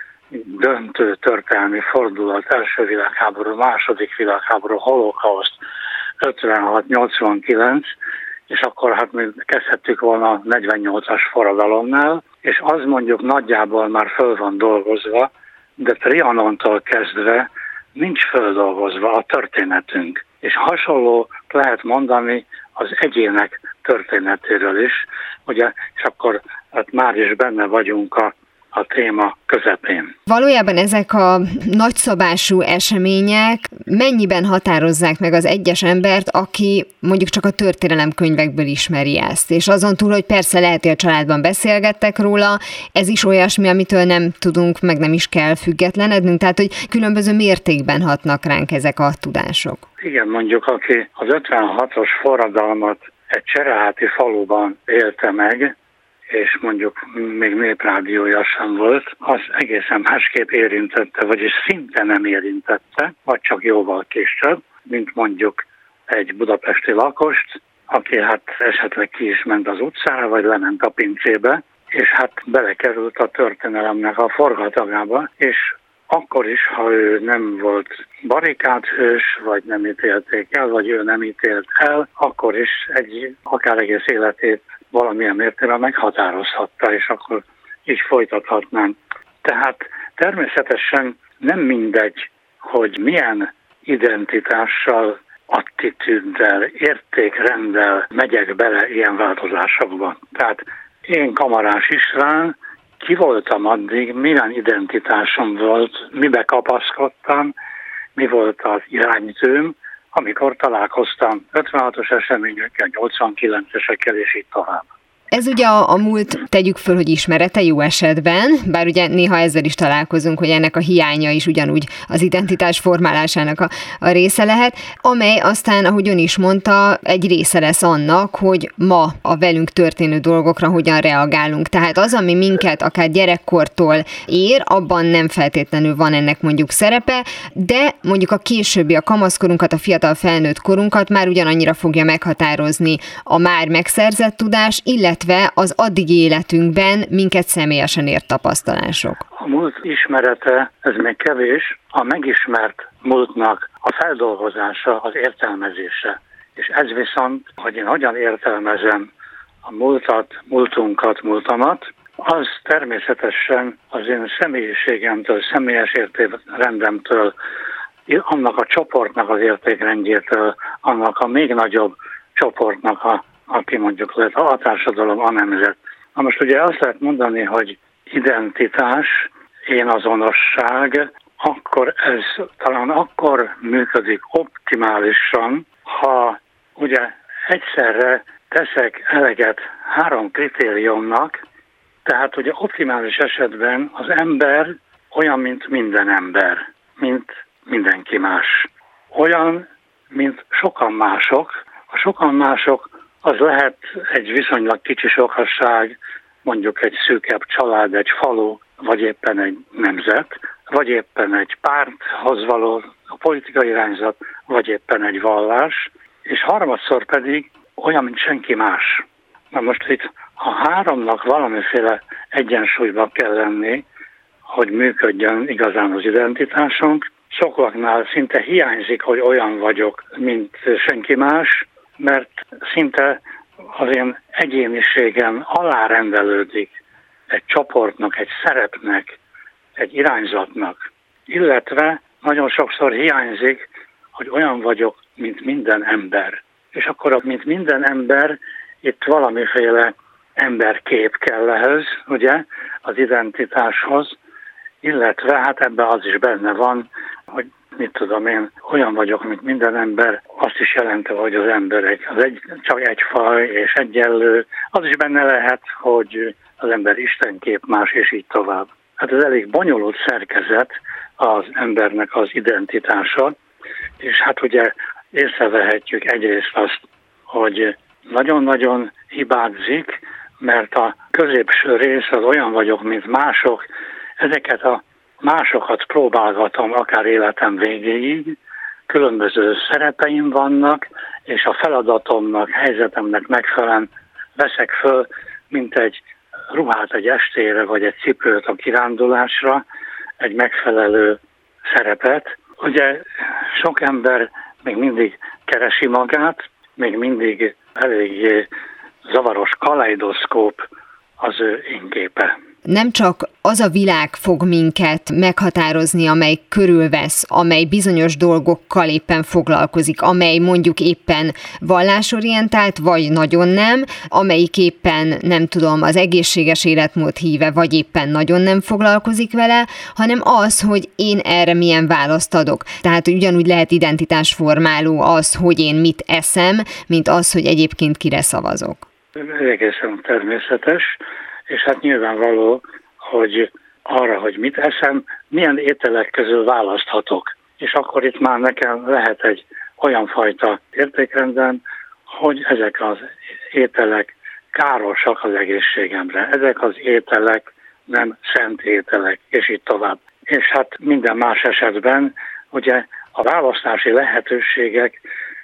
döntő történelmi fordulat, első világháború, második világháború, holokauszt, ötvenhat nyolcvankilenc, és akkor hát mi kezdhettük volna a negyvennyolcas forradalomnál, és az mondjuk nagyjából már föl van dolgozva, de Trianontól kezdve nincs földolgozva a történetünk. És hasonló lehet mondani az egyének történetéről is, ugye, és akkor hát már is benne vagyunk a, a téma közepén. Valójában ezek a nagyszabású események mennyiben határozzák meg az egyes embert, aki mondjuk csak a történelemkönyvekből ismeri ezt? És azon túl, hogy persze lehet, hogy a családban beszélgettek róla, ez is olyasmi, amitől nem tudunk, meg nem is kell függetlenednünk, tehát hogy különböző mértékben hatnak ránk ezek a tudások. Igen, mondjuk aki az ötvenhatos forradalmat egy csereháti faluban élte meg, és mondjuk még néprádiója sem volt, az egészen másképp érintette, vagyis szinte nem érintette, vagy csak jóval később, mint mondjuk egy budapesti lakost, aki hát esetleg ki is ment az utcára, vagy lement a pincébe, és hát belekerült a történelemnek a forgatagába, és akkor is, ha ő nem volt barikádhős, vagy nem ítélték el, vagy ő nem ítélt el, akkor is egy akár egész életét valamilyen mértékben meghatározhatta, és akkor így folytathatnám. Tehát természetesen nem mindegy, hogy milyen identitással, attitűddel, értékrenddel megyek bele ilyen változásokba. Tehát én Kamarás István ki voltam addig, milyen identitásom volt, mibe kapaszkodtam, mi volt az iránytőm, amikor találkoztam ötvenhatos eseményekkel, nyolcvankilencesekkel és így tovább. Ez ugye a, a múlt, tegyük föl, hogy ismerete jó esetben, bár ugye néha ezzel is találkozunk, hogy ennek a hiánya is ugyanúgy az identitás formálásának a, a része lehet, amely aztán, ahogy ön is mondta, egy része lesz annak, hogy ma a velünk történő dolgokra hogyan reagálunk. Tehát az, ami minket akár gyerekkortól ér, abban nem feltétlenül van ennek mondjuk szerepe, de mondjuk a későbbi, a kamaszkorunkat, a fiatal felnőtt korunkat már ugyanannyira fogja meghatározni a már megszerzett tudás, illetve az addigi életünkben minket személyesen ért tapasztalások. A múlt ismerete, ez még kevés, a megismert múltnak a feldolgozása, az értelmezése. És ez viszont, hogy én hogyan értelmezem a múltat, múltunkat, múltamat, az természetesen az én személyiségemtől, személyes értékrendemtől, annak a csoportnak az értékrendjétől, annak a még nagyobb csoportnak a aki mondjuk lehet a társadalom, a nemzet. Na most ugye azt lehet mondani, hogy identitás, énazonosság, akkor ez talán akkor működik optimálisan, ha ugye egyszerre teszek eleget három kritériumnak, tehát ugye optimális esetben az ember olyan, mint minden ember, mint mindenki más. Olyan, mint sokan mások. A sokan mások az lehet egy viszonylag kicsi sokaság, mondjuk egy szűkebb család, egy falu, vagy éppen egy nemzet, vagy éppen egy párthoz való a politikai irányzat, vagy éppen egy vallás, és harmadszor pedig olyan, mint senki más. Na most itt a háromnak valamiféle egyensúlyban kell lenni, hogy működjön igazán az identitásunk. Sokaknál szinte hiányzik, hogy olyan vagyok, mint senki más, mert szinte az én egyéniségem alárendelődik egy csoportnak, egy szerepnek, egy irányzatnak. Illetve nagyon sokszor hiányzik, hogy olyan vagyok, mint minden ember. És akkor, mint minden ember, itt valamiféle emberkép kell ehhez, ugye, az identitáshoz, illetve hát ebben az is benne van, hogy mit tudom én, olyan vagyok, mint minden ember, azt is jelenti, hogy az emberek az egy, csak egy faj és egyenlő. Az is benne lehet, hogy az ember istenkép más, és így tovább. Hát ez elég bonyolult szerkezet az embernek az identitása, és hát ugye észrevehetjük egyrészt azt, hogy nagyon-nagyon hibázik, mert a középső rész az olyan vagyok, mint mások, ezeket a másokat próbálgatom akár életem végéig, különböző szerepeim vannak, és a feladatomnak, helyzetemnek megfelelően veszek föl, mint egy ruhát egy estére, vagy egy cipőt a kirándulásra, egy megfelelő szerepet. Ugye sok ember még mindig keresi magát, még mindig elég zavaros kaleidoszkóp az ő énképe. Nem csak az a világ fog minket meghatározni, amely körülvesz, amely bizonyos dolgokkal éppen foglalkozik, amely mondjuk éppen vallásorientált, vagy nagyon nem, amelyik éppen, nem tudom, az egészséges életmód híve, vagy éppen nagyon nem foglalkozik vele, hanem az, hogy én erre milyen választ adok. Tehát ugyanúgy lehet identitásformáló az, hogy én mit eszem, mint az, hogy egyébként kire szavazok. Egészen természetes. És hát nyilvánvaló, hogy arra, hogy mit eszem, milyen ételek közül választhatok. És akkor itt már nekem lehet egy olyan fajta értékrendem, hogy ezek az ételek károsak az egészségemre. Ezek az ételek nem szent ételek, és így tovább. És hát minden más esetben ugye a választási lehetőségek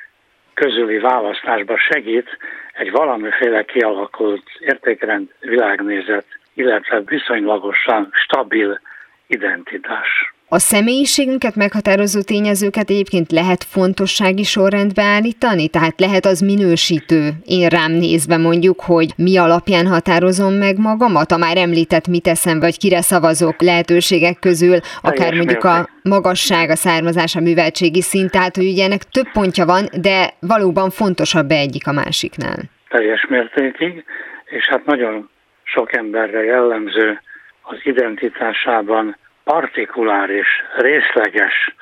közüli választásba segít egy valamiféle kialakult értékrend, világnézet, illetve viszonylagosan stabil identitás. A személyiségünket meghatározó tényezőket egyébként lehet fontossági sorrendbe állítani? Tehát lehet az minősítő, én rám nézve mondjuk, hogy mi alapján határozom meg magamat? A már említett mit eszem, vagy kire szavazok lehetőségek közül, akár mondjuk a magasság, a származás, a műveltségi szint, tehát hogy ugye ennek több pontja van, de valóban fontosabb egyik a másiknál. Teljes mértékig, és hát nagyon sok emberre jellemző, az identitásában partikuláris, részleges,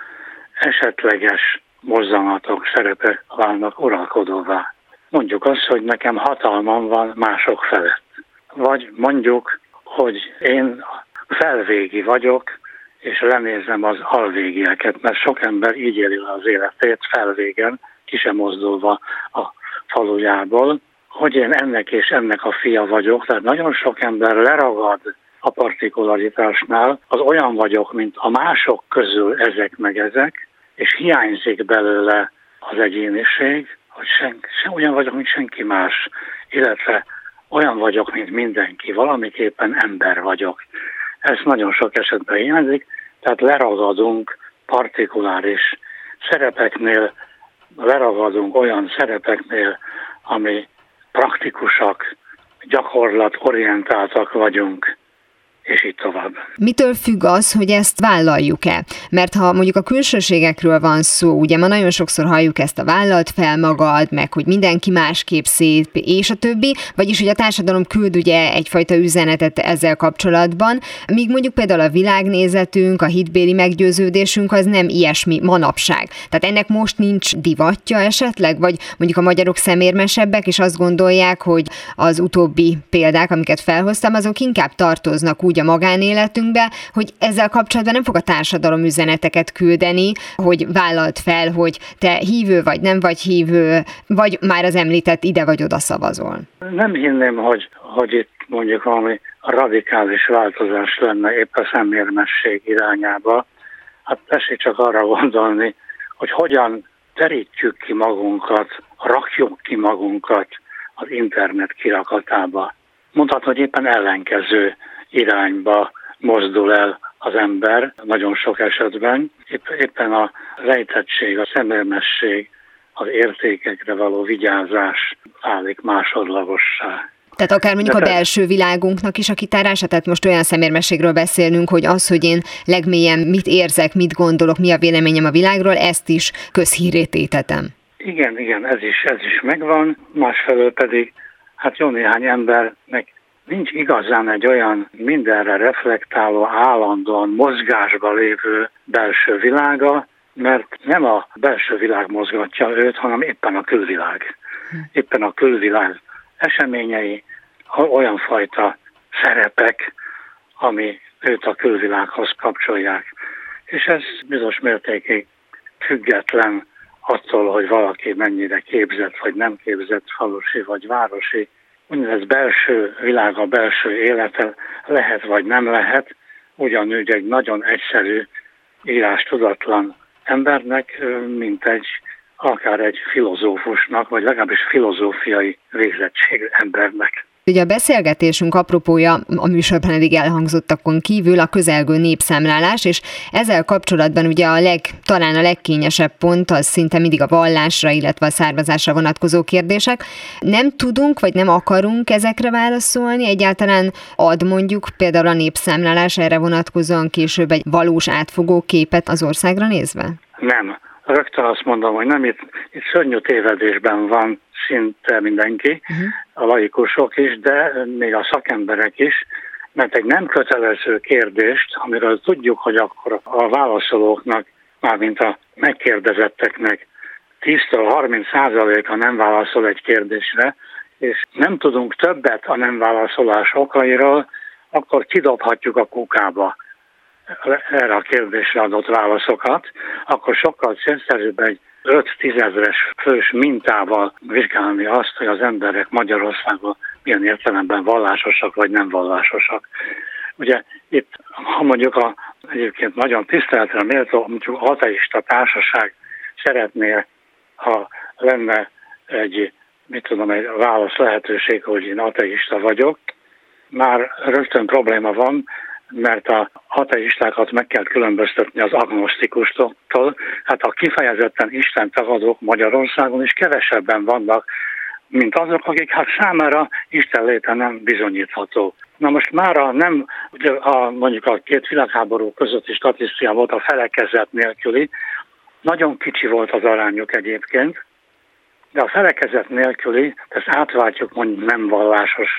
esetleges mozzanatok, szerepek válnak uralkodóvá. Mondjuk azt, hogy nekem hatalmam van mások felett. Vagy mondjuk, hogy én felvégi vagyok, és lenézem az alvégieket, mert sok ember így éli az életét felvégen, ki sem mozdulva a falujából, hogy én ennek és ennek a fia vagyok, tehát nagyon sok ember leragad a partikularitásnál, az olyan vagyok, mint a mások közül ezek meg ezek, és hiányzik belőle az egyéniség, hogy sen, sen olyan vagyok, mint senki más, illetve olyan vagyok, mint mindenki, valamiképpen ember vagyok. Ez nagyon sok esetben hiányzik, tehát leragadunk partikuláris szerepeknél, leragadunk olyan szerepeknél, ami praktikusak, gyakorlatorientáltak vagyunk, és így tovább. Mitől függ az, hogy ezt vállaljuk-e? Mert ha mondjuk a külsőségekről van szó, ugye ma nagyon sokszor halljuk ezt a vállalt fel magad, meg hogy mindenki másképp szép, és a többi, vagyis hogy a társadalom küld ugye egyfajta üzenetet ezzel kapcsolatban, míg mondjuk például a világnézetünk, a hitbéli meggyőződésünk az nem ilyesmi manapság. Tehát ennek most nincs divatja esetleg, vagy mondjuk a magyarok szemérmesebbek, és azt gondolják, hogy az utóbbi példák, amiket felhoztam, azok inkább tartoznak úgy a magánéletünkbe, hogy ezzel kapcsolatban nem fog a társadalom üzeneteket küldeni, hogy vállalt fel, hogy te hívő vagy, nem vagy hívő, vagy már az említett ide vagy oda szavazol. Nem hinném, hogy, hogy itt mondjuk valami radikális változás lenne épp a szemérmesség irányába. Hát tessék csak arra gondolni, hogy hogyan terítjük ki magunkat, rakjuk ki magunkat az internet kirakatába. Mondhatni, hogy éppen ellenkező irányba mozdul el az ember nagyon sok esetben. Épp, éppen a rejtettség, a szemérmesség, az értékekre való vigyázás válik másodlagossá. Tehát akár mondjuk a belső világunknak is a kitárása, tehát most olyan szemérmességről beszélnünk, hogy az, hogy én legmélyen mit érzek, mit gondolok, mi a véleményem a világról, ezt is közhírré tétetem. Igen, igen, ez is, ez is megvan, másfelől pedig hát jó néhány embernek nincs igazán egy olyan mindenre reflektáló, állandóan mozgásba lévő belső világa, mert nem a belső világ mozgatja őt, hanem éppen a külvilág. Éppen a külvilág eseményei, olyan fajta szerepek, ami őt a külvilághoz kapcsolják. És ez bizonyos mértékig független attól, hogy valaki mennyire képzett vagy nem képzett, falusi vagy városi. Úgynevezett belső világa, belső élete lehet vagy nem lehet, ugyanúgy egy nagyon egyszerű írástudatlan embernek, mint egy akár egy filozófusnak, vagy legalábbis filozófiai végzettségű embernek. Ugye a beszélgetésünk apropója a műsorban eddig elhangzottakon kívül a közelgő népszámlálás, és ezzel kapcsolatban ugye a leg, talán a legkényesebb pont az szinte mindig a vallásra, illetve a származásra vonatkozó kérdések. Nem tudunk, vagy nem akarunk ezekre válaszolni? Egyáltalán ad mondjuk például a népszámlálás erre vonatkozóan később egy valós átfogó képet az országra nézve? Nem. Rögtön azt mondom, hogy nem, itt, itt szörnyű tévedésben van szinte mindenki, uh-huh. a laikusok is, de még a szakemberek is, mert egy nem kötelező kérdést, amiről tudjuk, hogy akkor a válaszolóknak, mármint a megkérdezetteknek tíztől harminc százaléka nem válaszol egy kérdésre, és nem tudunk többet a nem válaszolás okairól, akkor kidobhatjuk a kukába erre a kérdésre adott válaszokat, akkor sokkal célszerűbb egy öt-tízezres fős mintával vizsgálni azt, hogy az emberek Magyarországon milyen értelemben vallásosak vagy nem vallásosak. Ugye itt, ha mondjuk a, egyébként nagyon tiszteletre méltó, mondjuk ateista társaság szeretné, ha lenne egy, mit tudom, egy válasz lehetőség, hogy én ateista vagyok, már rögtön probléma van, mert a ateistákat meg kell különböztetni az agnosztikustól. Hát a kifejezetten Isten tagadók Magyarországon is kevesebben vannak, mint azok, akik hát számára Isten léte nem bizonyítható. Na most mára nem, ugye a, mondjuk a két világháború közötti statisztika volt a felekezet nélküli, nagyon kicsi volt az arányuk egyébként, de a felekezet nélküli, ezt átváltjuk mondjuk nem vallásosra,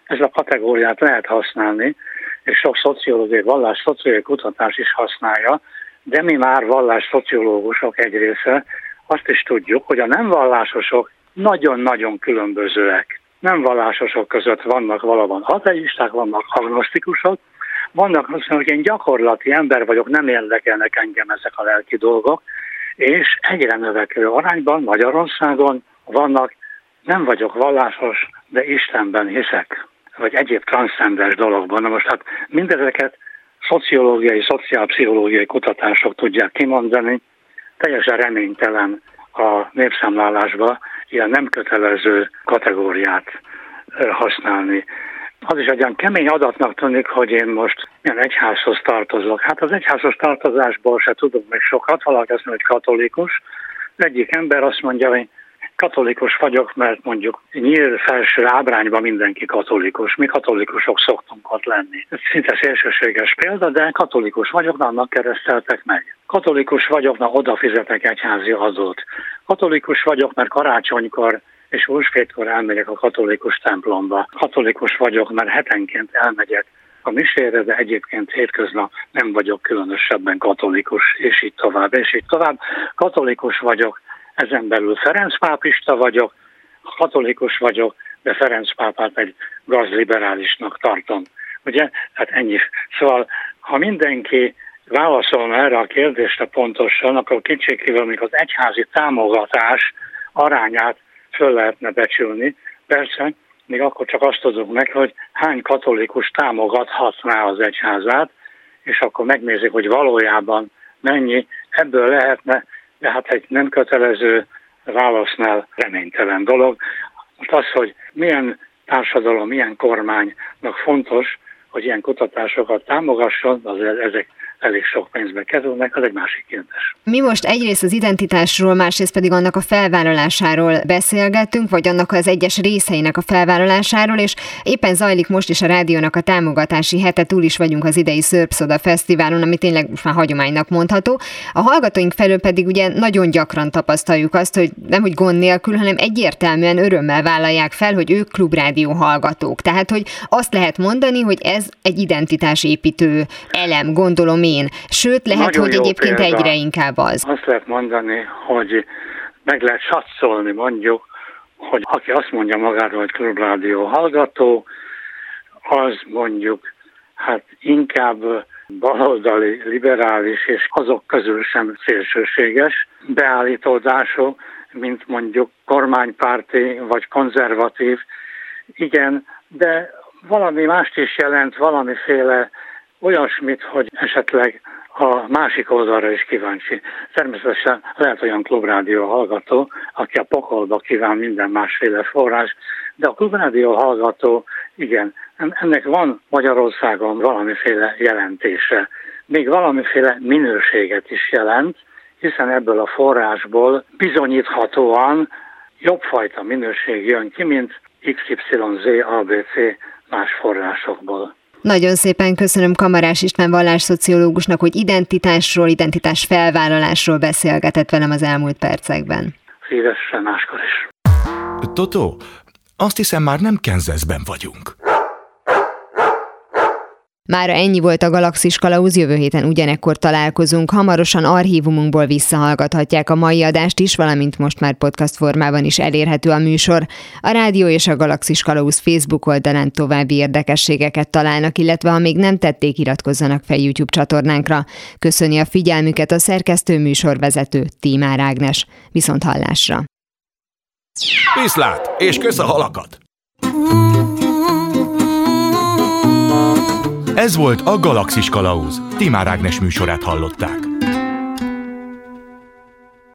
ezt a kategóriát lehet használni, és sok szociológiai, vallás szociológiai kutatás is használja, de mi már vallás szociológusok egy része azt is tudjuk, hogy a nem vallásosok nagyon-nagyon különbözőek. Nem vallásosok között vannak valóban ateisták, vannak agnosztikusok, vannak azt mondani, hogy én gyakorlati ember vagyok, nem érdekelnek engem ezek a lelki dolgok, és egyre növekvő arányban Magyarországon vannak, nem vagyok vallásos, de Istenben hiszek, vagy egyéb transzcendens dologban. Na most hát mindezeket szociológiai, szociálpszichológiai kutatások tudják kimondani, teljesen reménytelen a népszámlálásba ilyen nem kötelező kategóriát használni. Az is egy olyan kemény adatnak tűnik, hogy én most milyen egyházhoz tartozok. Hát az egyházhoz tartozásból se tudok még sokat, valaki azt mondja, hogy katolikus. Az egyik ember azt mondja, hogy katolikus vagyok, mert mondjuk nyíl felső ábrányban mindenki katolikus. Mi katolikusok szoktunk ott lenni. Ez szinte szélsőséges példa, de katolikus vagyok, na annak kereszteltek meg. Katolikus vagyok, na oda fizetek egyházi adót. Katolikus vagyok, mert karácsonykor és húsvétkor elmegyek a katolikus templomba. Katolikus vagyok, mert hetenként elmegyek a misére, de egyébként hétköznap nem vagyok különösebben katolikus, és így tovább, és így tovább. Katolikus vagyok, ezen belül Ferenc pápista vagyok, katolikus vagyok, de Ferenc pápát egy gazliberálisnak tartom. Ugye? Hát ennyi. Szóval, ha mindenki válaszolna erre a kérdésre pontosan, akkor kétségkívül még az egyházi támogatás arányát föl lehetne becsülni. Persze, még akkor csak azt tudunk meg, hogy hány katolikus támogathatná az egyházát, és akkor megnézik, hogy valójában mennyi, ebből lehetne, de hát egy nem kötelező válasznál reménytelen dolog. Most az, hogy milyen társadalom, milyen kormánynak fontos, hogy ilyen kutatásokat támogasson, az ezek elég sok pénzbe kerülnek, az egy másik kérdés. Mi most egyrészt az identitásról, másrészt pedig annak a felvállalásáról beszélgettünk, vagy annak az egyes részeinek a felvállalásáról, és éppen zajlik most is a rádiónak a támogatási hete, túl is vagyunk az idei Szörpszoda Fesztiválon, ami tényleg most már hagyománynak mondható. A hallgatóink felől pedig ugye nagyon gyakran tapasztaljuk azt, hogy nem hogy gond nélkül, hanem egyértelműen örömmel vállalják fel, hogy ők klubrádió hallgatók. Tehát, hogy azt lehet mondani, hogy ez egy identitásépítő elem, gondolom én. Sőt, lehet, nagyon hogy egyébként példa. Egyre inkább az. Azt lehet mondani, hogy meg lehet satszolni, mondjuk, hogy aki azt mondja magáról, hogy klubrádió hallgató, az mondjuk hát inkább baloldali, liberális, és azok közül sem szélsőséges beállítódású, mint mondjuk kormánypárti vagy konzervatív. Igen, de valami mást is jelent, valamiféle olyasmit, hogy esetleg a másik oldalra is kíváncsi. Természetesen lehet olyan klubrádió hallgató, aki a pokolba kíván minden másféle forrás, de a klubrádió hallgató, igen, ennek van Magyarországon valamiféle jelentése. Még valamiféle minőséget is jelent, hiszen ebből a forrásból bizonyíthatóan jobbfajta minőség jön ki, mint iksz ipszilon zé á bé cé más forrásokból. Nagyon szépen köszönöm Kamarás István vallásszociológusnak, hogy identitásról, identitás felvállalásról beszélgetett velem az elmúlt percekben. Szívesen máskor is. Totó, azt hiszem már nem Kansasben vagyunk. Mára ennyi volt a Galaxis Kalauz, jövő héten ugyanekkor találkozunk. Hamarosan archívumunkból visszahallgathatják a mai adást is, valamint most már podcast formában is elérhető a műsor. A Rádió és a Galaxis Kalauz Facebook oldalán további érdekességeket találnak, illetve ha még nem tették, iratkozzanak fel YouTube csatornánkra. Köszöni a figyelmüket a szerkesztő műsorvezető Tímár Ágnes. Viszont hallásra! Viszlát, és kösz a halakat! Ez volt a Galaxis Kalauz. Tímár Ágnes műsorát hallották.